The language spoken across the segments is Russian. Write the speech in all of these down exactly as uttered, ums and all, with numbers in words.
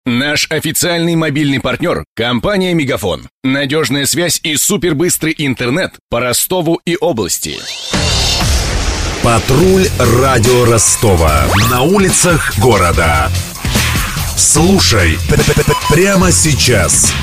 Наш официальный мобильный партнер – компания «Мегафон». Надежная связь и супербыстрый интернет по Ростову и области. Патруль радио Ростова. На улицах города. Слушай прямо сейчас.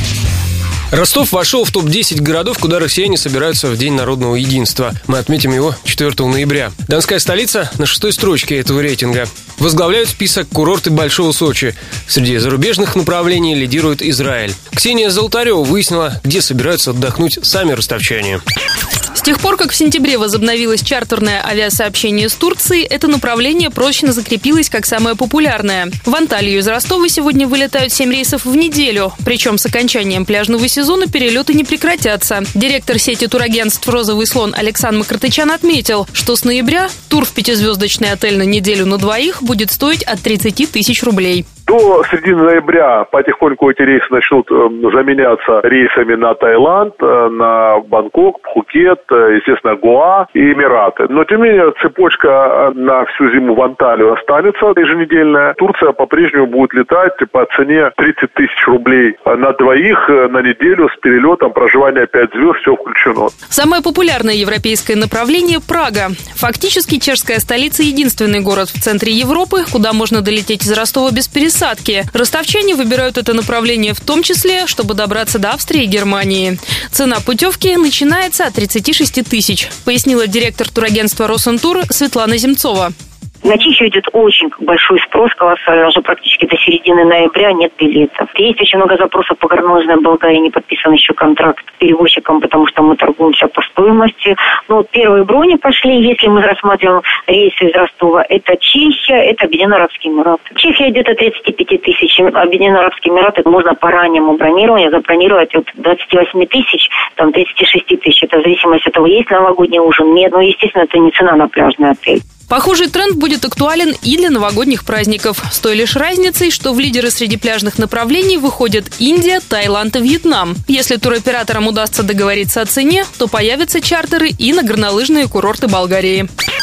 Ростов вошел в топ десять городов, куда россияне собираются в День народного единства. Мы отметим его четвёртого ноября. Донская столица на шестой строчке этого рейтинга. Возглавляют список курорты Большого Сочи. Среди зарубежных направлений лидирует Израиль. Ксения Золотарева выяснила, где собираются отдохнуть сами ростовчане. С тех пор, как в сентябре возобновилось чартерное авиасообщение с Турцией, это направление прочно закрепилось как самое популярное. В Анталию из Ростова сегодня вылетают семь рейсов в неделю. Причем с окончанием пляжного сезона перелеты не прекратятся. Директор сети турагентств «Розовый слон» Александр Макартычан отметил, что с ноября тур в пятизвездочный отель на неделю на двоих будет стоить от тридцати тысяч рублей. До середины ноября потихоньку эти рейсы начнут э, заменяться рейсами на Таиланд, э, на Бангкок, Пхукет, э, естественно, Гоа и Эмираты. Но, тем не менее, цепочка на всю зиму в Анталию останется еженедельная. Турция по-прежнему будет летать по цене тридцать тысяч рублей на двоих э, на неделю с перелетом, проживание пять звезд, все включено. Самое популярное европейское направление – Прага. Фактически чешская столица – единственный город в центре Европы, куда можно долететь из Ростова без пересадки. Ростовчане выбирают это направление в том числе, чтобы добраться до Австрии и Германии. Цена путевки начинается от тридцати шести тысяч, пояснила директор турагентства «Росентур» Светлана Земцова. На Чехию идет очень большой спрос, колоссальный, уже практически до середины ноября нет билетов. Есть очень много запросов по Горнозной Болгарии, не подписан еще контракт с перевозчиком, потому что мы торгуемся по стоимости. Но первые брони пошли, если мы рассматриваем рейсы из Ростова, это Чехия, это Объединенные Арабские Эмираты. Чехия где-то тридцать пять тысяч, Объединенные Арабские Эмираты можно по раннему бронированию забронировать от двадцати восьми тысяч, там тридцати шести тысяч. Это в зависимости от того, есть новогодний ужин, нет. Но, естественно, это не цена на пляжный отель. Похожий тренд будет актуален и для новогодних праздников. С той лишь разницей, что в лидеры среди пляжных направлений выходят Индия, Таиланд и Вьетнам. Если туроператорам удастся договориться о цене, то появятся чартеры и на горнолыжные курорты Болгарии.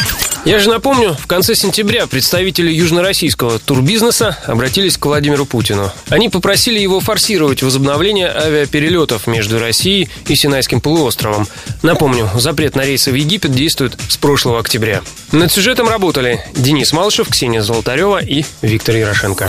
Я же напомню, в конце сентября представители южнороссийского турбизнеса обратились к Владимиру Путину. Они попросили его форсировать возобновление авиаперелетов между Россией и Синайским полуостровом. Напомню, запрет на рейсы в Египет действует с прошлого октября. Над сюжетом работали Денис Малышев, Ксения Золотарева и Виктор Ярошенко.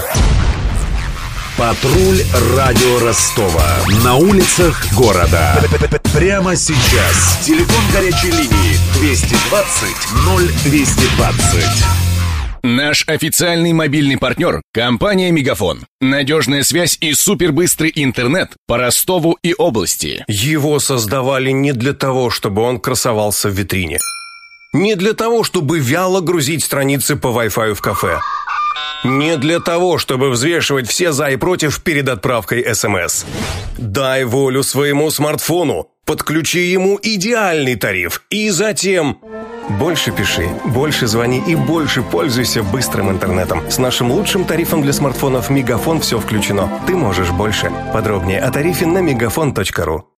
Патруль радио Ростова. На улицах города. Прямо сейчас. Телефон горячей линии двести двадцать ноль двести двадцать. Наш официальный мобильный партнер – компания «Мегафон». Надежная связь и супербыстрый интернет по Ростову и области. Его создавали не для того, чтобы он красовался в витрине. Не для того, чтобы вяло грузить страницы по Wi-Fi в кафе. Не для того, чтобы взвешивать все за и против перед отправкой СМС. Дай волю своему смартфону, подключи ему идеальный тариф и затем... Больше пиши, больше звони и больше пользуйся быстрым интернетом. С нашим лучшим тарифом для смартфонов «Мегафон» все включено. Ты можешь больше. Подробнее о тарифе на мегафон точка ру.